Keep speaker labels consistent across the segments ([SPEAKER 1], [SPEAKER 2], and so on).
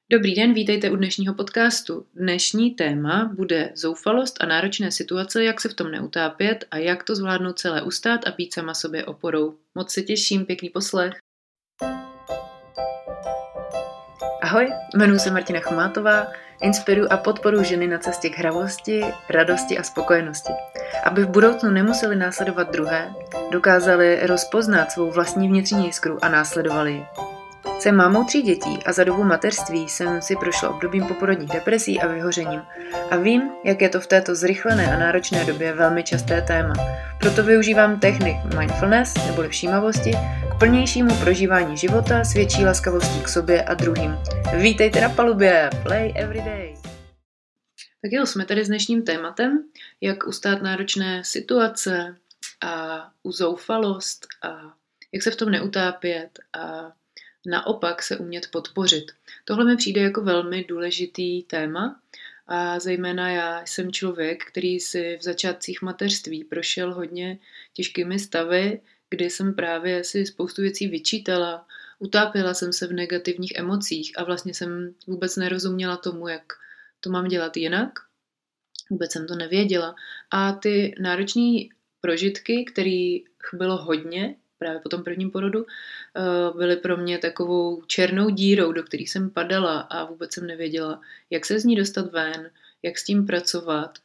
[SPEAKER 1] Dobrý den, vítejte u dnešního podcastu. Dnešní téma bude zoufalost a náročné situace, jak se v tom neutápět a jak to zvládnout celé ustát a být sama sobě oporou. Moc se těším, pěkný poslech. Ahoj, jmenuji se Martina Chomátová, inspiruji a podporuji ženy na cestě k hravosti, radosti a spokojenosti. Aby v budoucnu nemuseli následovat druhé, dokázali rozpoznat svou vlastní vnitřní jiskru a následovali ji. Jsem mámou 3 dětí a za dobu mateřství jsem si prošla obdobím poporodních depresí a vyhořením. A vím, jak je to v této zrychlené a náročné době velmi časté téma. Proto využívám technik mindfulness neboli všímavosti k plnějšímu prožívání života s větší laskavostí k sobě a druhým. Vítejte na palubě! Play every day! Tak jo, jsme tady s dnešním tématem, jak ustát náročné situace a uzoufalost a jak se v tom neutápět a naopak se umět podpořit. Tohle mi přijde jako velmi důležitý téma a zejména já jsem člověk, který si v začátcích mateřství prošel hodně těžkými stavy, kdy jsem právě si spoustu věcí vyčítala, utápěla jsem se v negativních emocích a vlastně jsem vůbec nerozuměla tomu, jak to mám dělat jinak. Vůbec jsem to nevěděla. A ty náročné prožitky, kterých bylo hodně, právě po tom prvním porodu, byly pro mě takovou černou dírou, do které jsem padala a vůbec jsem nevěděla, jak se z ní dostat ven, jak s tím pracovat.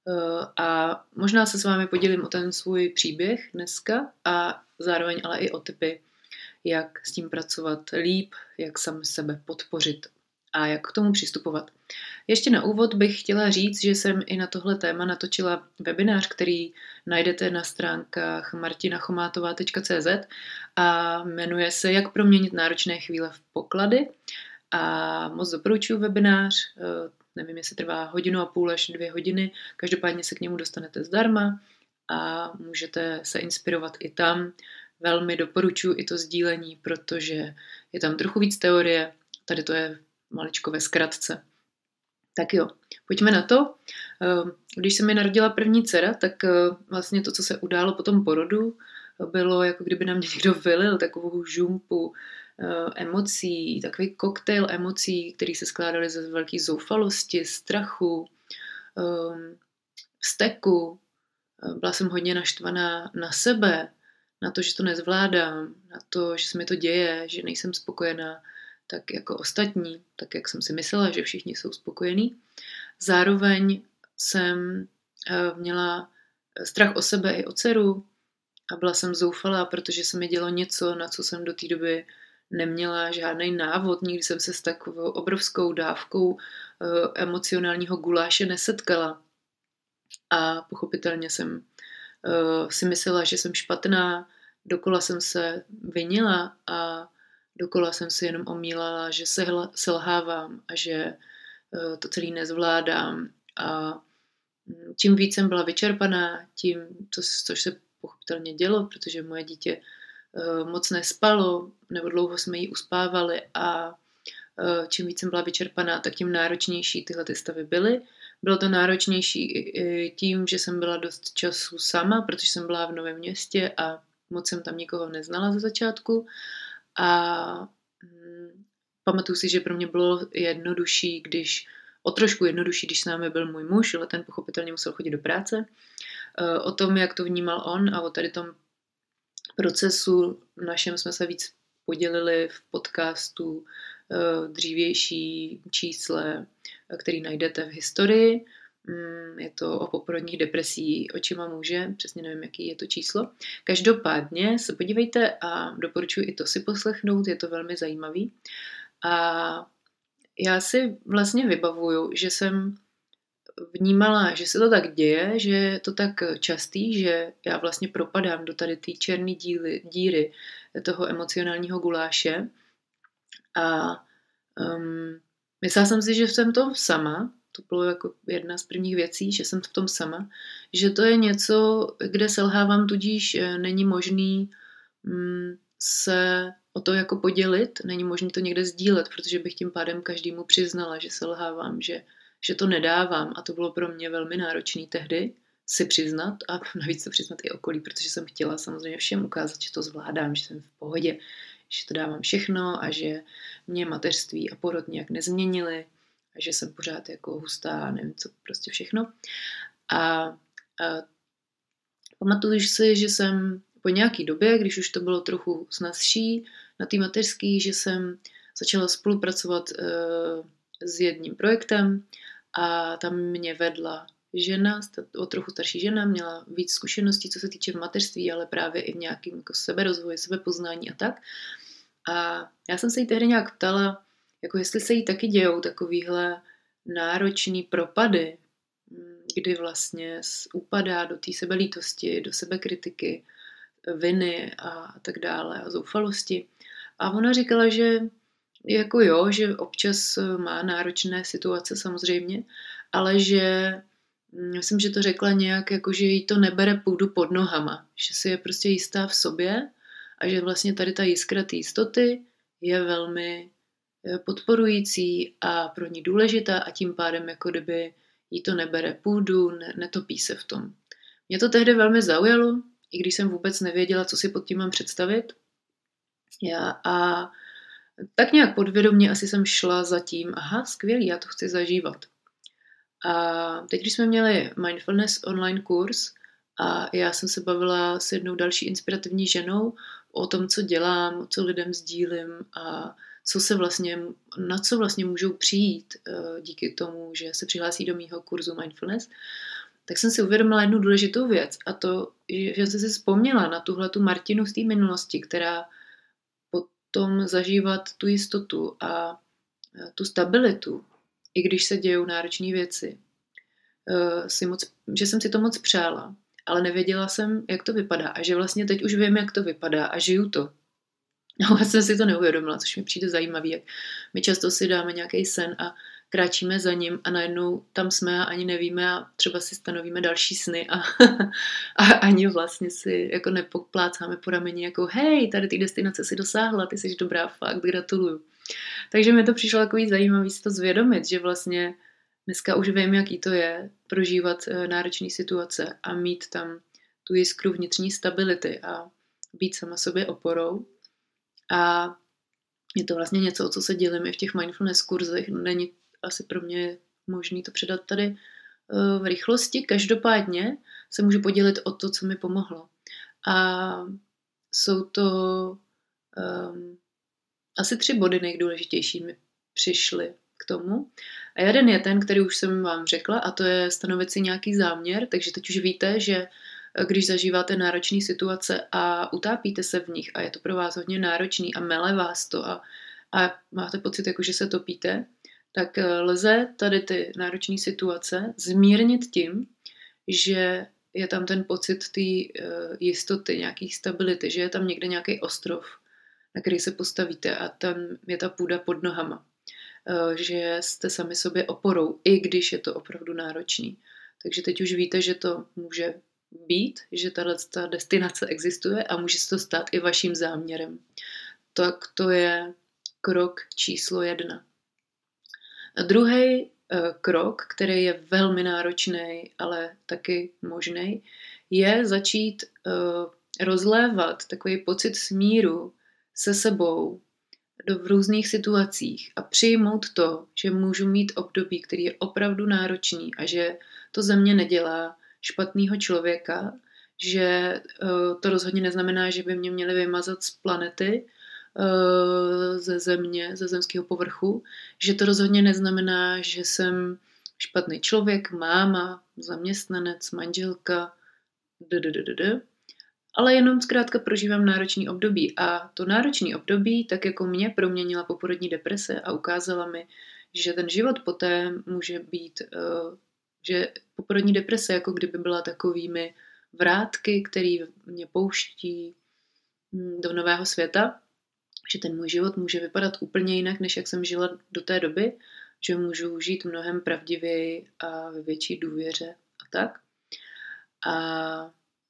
[SPEAKER 1] A možná se s vámi podělím o ten svůj příběh dneska a zároveň ale i o tipy, jak s tím pracovat líp, jak sám sebe podpořit a jak k tomu přistupovat. Ještě na úvod bych chtěla říct, že jsem i na tohle téma natočila webinář, který najdete na stránkách martinachomátová.cz a jmenuje se Jak proměnit náročné chvíle v poklady. A moc doporučuji webinář, nevím, jestli trvá 1,5 hodiny až 2 hodiny, každopádně se k němu dostanete zdarma a můžete se inspirovat i tam. Velmi doporučuji i to sdílení, protože je tam trochu víc teorie, tady to je maličko ve zkratce. Tak jo, pojďme na to. Když se mi narodila první dcera, tak vlastně to, co se událo po tom porodu, bylo jako kdyby na mě někdo vylil takovou žumpu emocí, takový koktejl emocí, který se skládaly ze velké zoufalosti, strachu, vzteku. Byla jsem hodně naštvaná na sebe, na to, že to nezvládám, na to, že se mi to děje, že nejsem spokojená tak jako ostatní, tak jak jsem si myslela, že všichni jsou spokojení. Zároveň jsem měla strach o sebe i o dceru a byla jsem zoufalá, protože se mi dělo něco, na co jsem do té doby neměla žádný návod. Nikdy jsem se s takovou obrovskou dávkou emocionálního guláše nesetkala. A pochopitelně jsem si myslela, že jsem špatná, dokola jsem se vinila a dokola jsem si jenom omílala, že selhávám a že to celý nezvládám. A čím víc jsem byla vyčerpaná, tím, což se pochopitelně dělo, protože moje dítě moc nespalo, nebo dlouho jsme ji uspávali a čím víc jsem byla vyčerpaná, tak tím náročnější tyhle ty stavy byly. Bylo to náročnější tím, že jsem byla dost času sama, protože jsem byla v novém městě a moc jsem tam nikoho neznala ze začátku. A pamatuju si, že pro mě bylo o trošku jednodušší, když s námi byl můj muž, ale ten pochopitelně musel chodit do práce. O tom, jak to vnímal on a o tady tom procesu našem jsme se víc podělili v podcastu dřívější čísle, který najdete v historii. Je to o poporodních depresí očima muže, přesně nevím, jaký je to číslo. Každopádně se podívejte a doporučuji i to si poslechnout, je to velmi zajímavý. A já si vlastně vybavuju, že jsem vnímala, že se to tak děje, že je to tak častý, že já vlastně propadám do tady té černé díry toho emocionálního guláše a myslela jsem si, že jsem to sama. To bylo jako jedna z prvních věcí, že jsem v tom sama, že to je něco, kde selhávám, tudíž není možný se o to jako podělit, není možný to někde sdílet, protože bych tím pádem každému přiznala, že selhávám, že to nedávám a to bylo pro mě velmi náročné tehdy si přiznat a navíc to přiznat i okolí, protože jsem chtěla samozřejmě všem ukázat, že to zvládám, že jsem v pohodě, že to dávám všechno a že mě mateřství a porod nějak nezměnily a že jsem pořád jako hustá, nevím co, prostě všechno. A pamatuju si, že jsem po nějaký době, když už to bylo trochu snazší na té mateřský, že jsem začala spolupracovat s jedním projektem a tam mě vedla žena, o trochu starší žena, měla víc zkušeností, co se týče v mateřství, ale právě i v nějakým jako seberozvoji, sebepoznání a tak. A já jsem se jí tehdy nějak ptala, jako jestli se jí taky dějou takovýhle náročný propady, kdy vlastně upadá do té sebelítosti, do sebekritiky, viny a tak dále a zoufalosti. A ona říkala, že jako jo, že občas má náročné situace samozřejmě, ale že myslím, že to řekla nějak, jako že jí to nebere půdu pod nohama, že si je prostě jistá v sobě a že vlastně tady ta jiskra té jistoty je velmi podporující a pro ní důležitá a tím pádem jako kdyby jí to nebere půdu, netopí se v tom. Mě to tehdy velmi zaujalo, i když jsem vůbec nevěděla, co si pod tím mám představit. A tak nějak podvědomě asi jsem šla za tím, aha, skvělý, já to chci zažívat. A teď, když jsme měli mindfulness online kurz a já jsem se bavila s jednou další inspirativní ženou o tom, co dělám, co lidem sdílím a na co vlastně můžou přijít díky tomu, že se přihlásí do mýho kurzu mindfulness, tak jsem si uvědomila jednu důležitou věc a to, že jsem si vzpomněla na tuhletu Martinu z té minulosti, která potom zažívat tu jistotu a tu stabilitu, i když se dějou náročné věci, že jsem si to moc přála, ale nevěděla jsem, jak to vypadá a že vlastně teď už vím, jak to vypadá a žiju to. No, já jsem si to neuvědomila, což mi přijde zajímavý, jak my často si dáme nějaký sen a kráčíme za ním a najednou tam jsme a ani nevíme a třeba si stanovíme další sny a ani vlastně si jako nepoplácáme po rameni jako hej, tady ty destinace si dosáhla, ty jsi dobrá, fakt, gratuluju. Takže mi to přišlo takový zajímavý si to zvědomit, že vlastně dneska už vím, jaký to je prožívat náročné situace a mít tam tu jiskru vnitřní stability a být sama sobě oporou. A je to vlastně něco, o co se dělím i v těch mindfulness kurzech. Není asi pro mě možný to předat tady v rychlosti. Každopádně se můžu podělit o to, co mi pomohlo. A jsou to asi 3 body nejdůležitější mi přišly k tomu. A jeden je ten, který už jsem vám řekla, a to je stanovit si nějaký záměr. Takže teď už víte, že když zažíváte náročné situace a utápíte se v nich a je to pro vás hodně náročný a mele vás to a máte pocit, jako že se topíte, tak lze tady ty náročné situace zmírnit tím, že je tam ten pocit té jistoty, nějaký stability, že je tam někde nějaký ostrov, na který se postavíte a tam je ta půda pod nohama. Že jste sami sobě oporou, i když je to opravdu náročný. Takže teď už víte, že to může být, že ta destinace existuje a může se to stát i vaším záměrem. Tak to je krok číslo 1. A druhý krok, který je velmi náročný, ale taky možný, je začít rozlévat takový pocit smíru se sebou v různých situacích a přijmout to, že můžu mít období, který je opravdu náročný a že to ze mě nedělá špatného člověka, že to rozhodně neznamená, že by mě měli vymazat z planety, ze země, ze zemského povrchu, že to rozhodně neznamená, že jsem špatný člověk, máma, zaměstnanec, manželka, ale jenom zkrátka prožívám náročný období a to náročný období tak jako mě proměnila poporodní deprese a ukázala mi, že ten život poté může být, že poporodní deprese jako kdyby byla takovými vrátky, který mě pouští do nového světa, že ten můj život může vypadat úplně jinak, než jak jsem žila do té doby, že můžu žít mnohem pravdivěji a ve větší důvěře a tak. A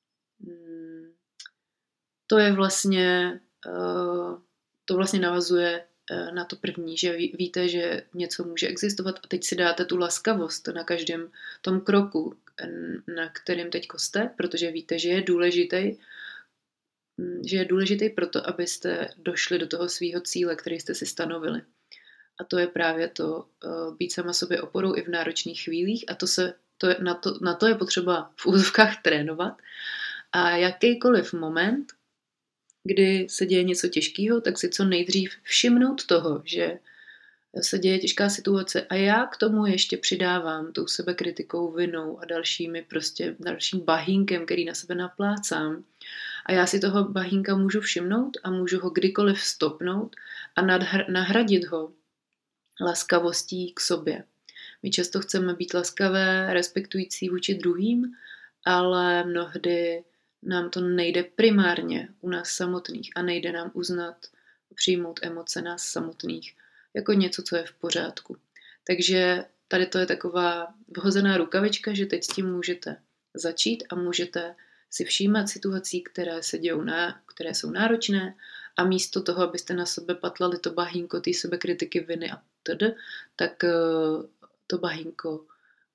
[SPEAKER 1] to je vlastně, to vlastně navazuje na to první, že víte, že něco může existovat a teď si dáte tu laskavost na každém tom kroku, na kterém teď jste, protože víte, že je důležitý, že je důležitý proto, abyste došli do toho svého cíle, který jste si stanovili. A to je právě to být sama sobě oporou i v náročných chvílích a na to je potřeba v úzovkách trénovat. A jakýkoliv moment, kdy se děje něco těžkého, tak si co nejdřív všimnout toho, že se děje těžká situace a já k tomu ještě přidávám tou sebekritikou, vinou a dalším bahínkem, který na sebe naplácám. A já si toho bahínka můžu všimnout a můžu ho kdykoliv stopnout a nahradit ho laskavostí k sobě. My často chceme být laskavé, respektující vůči druhým, ale mnohdy nám to nejde primárně u nás samotných a nejde nám uznat, přijmout emoce nás samotných jako něco, co je v pořádku. Takže tady to je taková vhozená rukavička, že teď s tím můžete začít a můžete si všímat situací, které se dějou, které jsou náročné a místo toho, abyste na sebe patlali to bahínko té sebekritiky, viny a td., tak to bahínko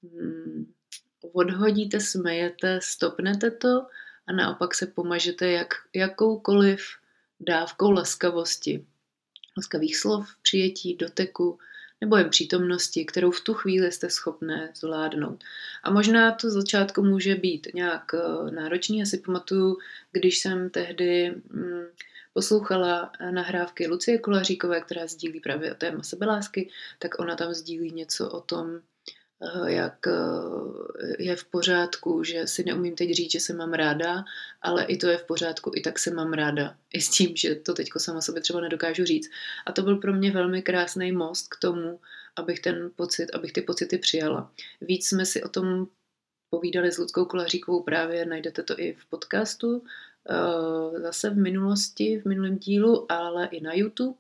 [SPEAKER 1] odhodíte, smejete, stopnete to a naopak se pomažete jakoukoliv dávkou laskavosti, laskavých slov, přijetí, doteku nebo jen přítomnosti, kterou v tu chvíli jste schopné zvládnout. A možná to začátku může být nějak náročný. Já si pamatuju, když jsem tehdy poslouchala nahrávky Lucie Kolaříkové, která sdílí právě o téma sebelásky, tak ona tam sdílí něco o tom, jak je v pořádku, že si neumím teď říct, že se mám ráda, ale i to je v pořádku, i tak se mám ráda. I s tím, že to teďko sama sobě třeba nedokážu říct. A to byl pro mě velmi krásný most k tomu, abych ty pocity přijala. Víc jsme si o tom povídali s Luckou Kolaříkovou právě, najdete to i v podcastu, zase v minulém dílu, ale i na YouTube,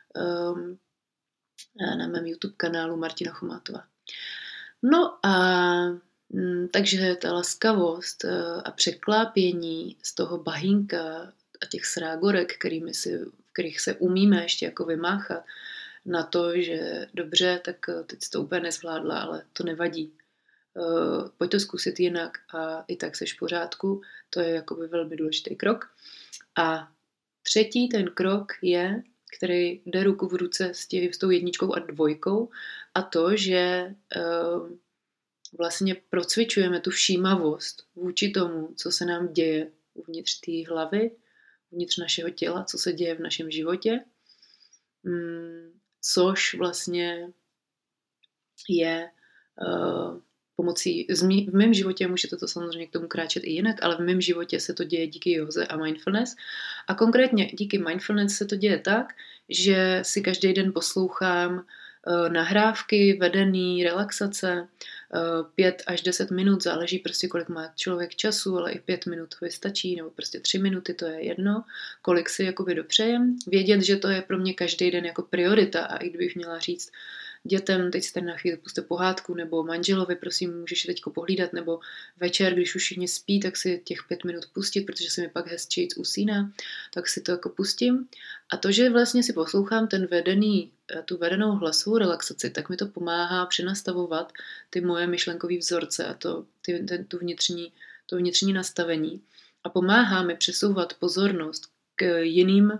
[SPEAKER 1] na mém YouTube kanálu Martina Chomátová. No a takže ta laskavost a překlápění z toho bahínka a těch srágorek, kterých se umíme ještě jako vymáchat na to, že dobře, tak teď jsi to úplně nezvládla, ale to nevadí. Pojď to zkusit jinak a i tak seš v pořádku. To je jakoby velmi důležitý krok. A třetí ten krok je, který jde ruku v ruce s tou 1 a 2, a to, že vlastně procvičujeme tu všímavost vůči tomu, co se nám děje uvnitř té hlavy, uvnitř našeho těla, co se děje v našem životě, což vlastně je pomocí, v mém životě můžete to samozřejmě k tomu kráčet i jinak, ale v mém životě se to děje díky józe a mindfulness. A konkrétně díky mindfulness se to děje tak, že si každý den poslouchám nahrávky, vedený, relaxace, 5 až 10 minut, záleží prostě, kolik má člověk času, ale i 5 minut vystačí, nebo prostě 3 minuty, to je jedno, kolik si jakoby dopřejem. Vědět, že to je pro mě každý den jako priorita a i kdybych měla říct dětem, teď si tady na chvíli puste pohádku, nebo manželovi, prosím, můžeš teďko pohlídat, nebo večer, když už všichni spí, tak si těch 5 minut pustit, protože se mi pak hezčejc usíná, tak si to jako pustím. A to, že vlastně si poslouchám tu vedenou hlasovou relaxaci, tak mi to pomáhá přenastavovat ty moje myšlenkové vzorce a to vnitřní nastavení. A pomáhá mi přesouvat pozornost k jiným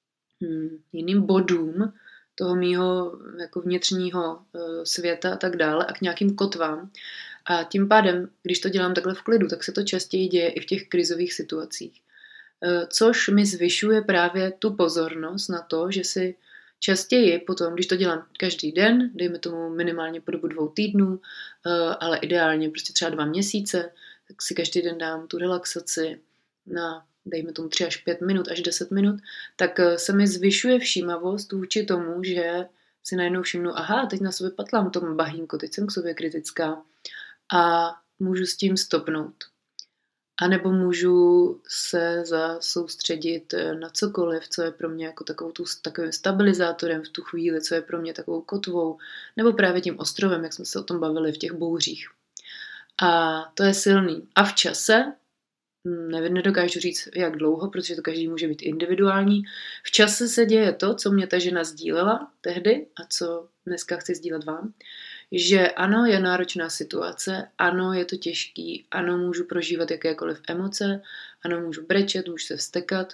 [SPEAKER 1] bodům toho mýho jako vnitřního světa a tak dále a k nějakým kotvám. A tím pádem, když to dělám takhle v klidu, tak se to častěji děje i v těch krizových situacích. Což mi zvyšuje právě tu pozornost na to, že si častěji potom, když to dělám každý den, dejme tomu minimálně po dobu 2 týdnů, ale ideálně prostě třeba 2 měsíce, tak si každý den dám tu relaxaci na dejme tomu 3 až 5 minut, až 10 minut, tak se mi zvyšuje všímavost vůči tomu, že si najednou všimnu, aha, teď na sobě patlám tomu bahínko, teď jsem k sobě kritická a můžu s tím stopnout. A nebo můžu se soustředit na cokoliv, co je pro mě jako takovým stabilizátorem v tu chvíli, co je pro mě takovou kotvou, nebo právě tím ostrovem, jak jsme se o tom bavili v těch bouřích. A to je silný. A v čase, nedokážu říct, jak dlouho, protože to každý může být individuální. V čase se děje to, co mě ta žena sdílela tehdy a co dneska chci sdílet vám, že ano, je náročná situace, ano, je to těžký, ano, můžu prožívat jakékoliv emoce, ano, můžu brečet, můžu se vztekat,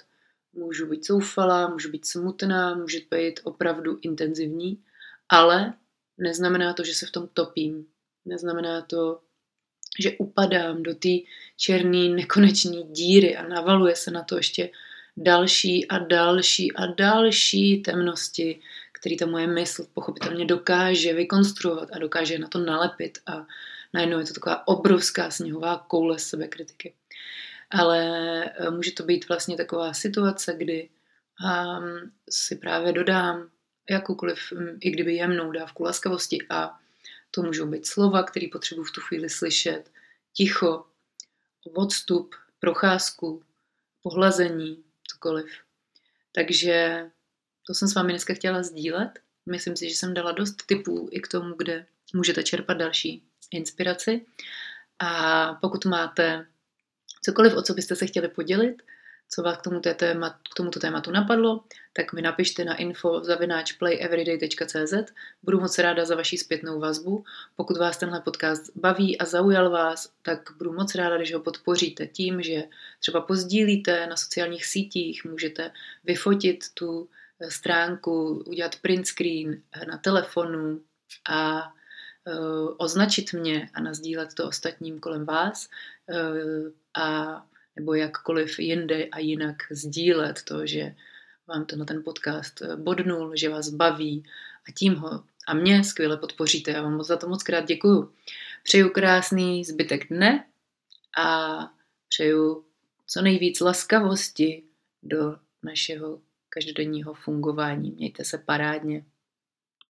[SPEAKER 1] můžu být zoufalá, můžu být smutná, můžu být opravdu intenzivní, ale neznamená to, že se v tom topím. Neznamená to, že upadám do té černé nekonečné díry a navaluje se na to ještě další a další a další temnosti, který ta moje mysl pochopitelně dokáže vykonstruovat a dokáže na to nalepit a najednou je to taková obrovská sněhová koule sebekritiky. Ale může to být vlastně taková situace, kdy si právě dodám jakoukoliv, i kdyby jemnou dávku laskavosti a to můžou být slova, které potřebuji v tu chvíli slyšet, ticho, odstup, procházku, pohlazení, cokoliv. Takže to jsem s vámi dneska chtěla sdílet. Myslím si, že jsem dala dost tipů i k tomu, kde můžete čerpat další inspiraci. A pokud máte cokoliv, o co byste se chtěli podělit, co vás k tomuto tématu napadlo, tak mi napište na info@playeveryday.cz. Budu moc ráda za vaši zpětnou vazbu. Pokud vás tenhle podcast baví a zaujal vás, tak budu moc ráda, když ho podpoříte tím, že třeba pozdílíte na sociálních sítích, můžete vyfotit tu stránku, udělat print screen na telefonu a označit mě a nasdílet to ostatním kolem vás a nebo jakkoliv jinde a jinak sdílet to, že vám to na ten podcast bodnul, že vás baví a tím ho a mě skvěle podpoříte. Já vám za to moc krát děkuju. Přeju krásný zbytek dne a přeju co nejvíc laskavosti do našeho každodenního fungování. Mějte se parádně.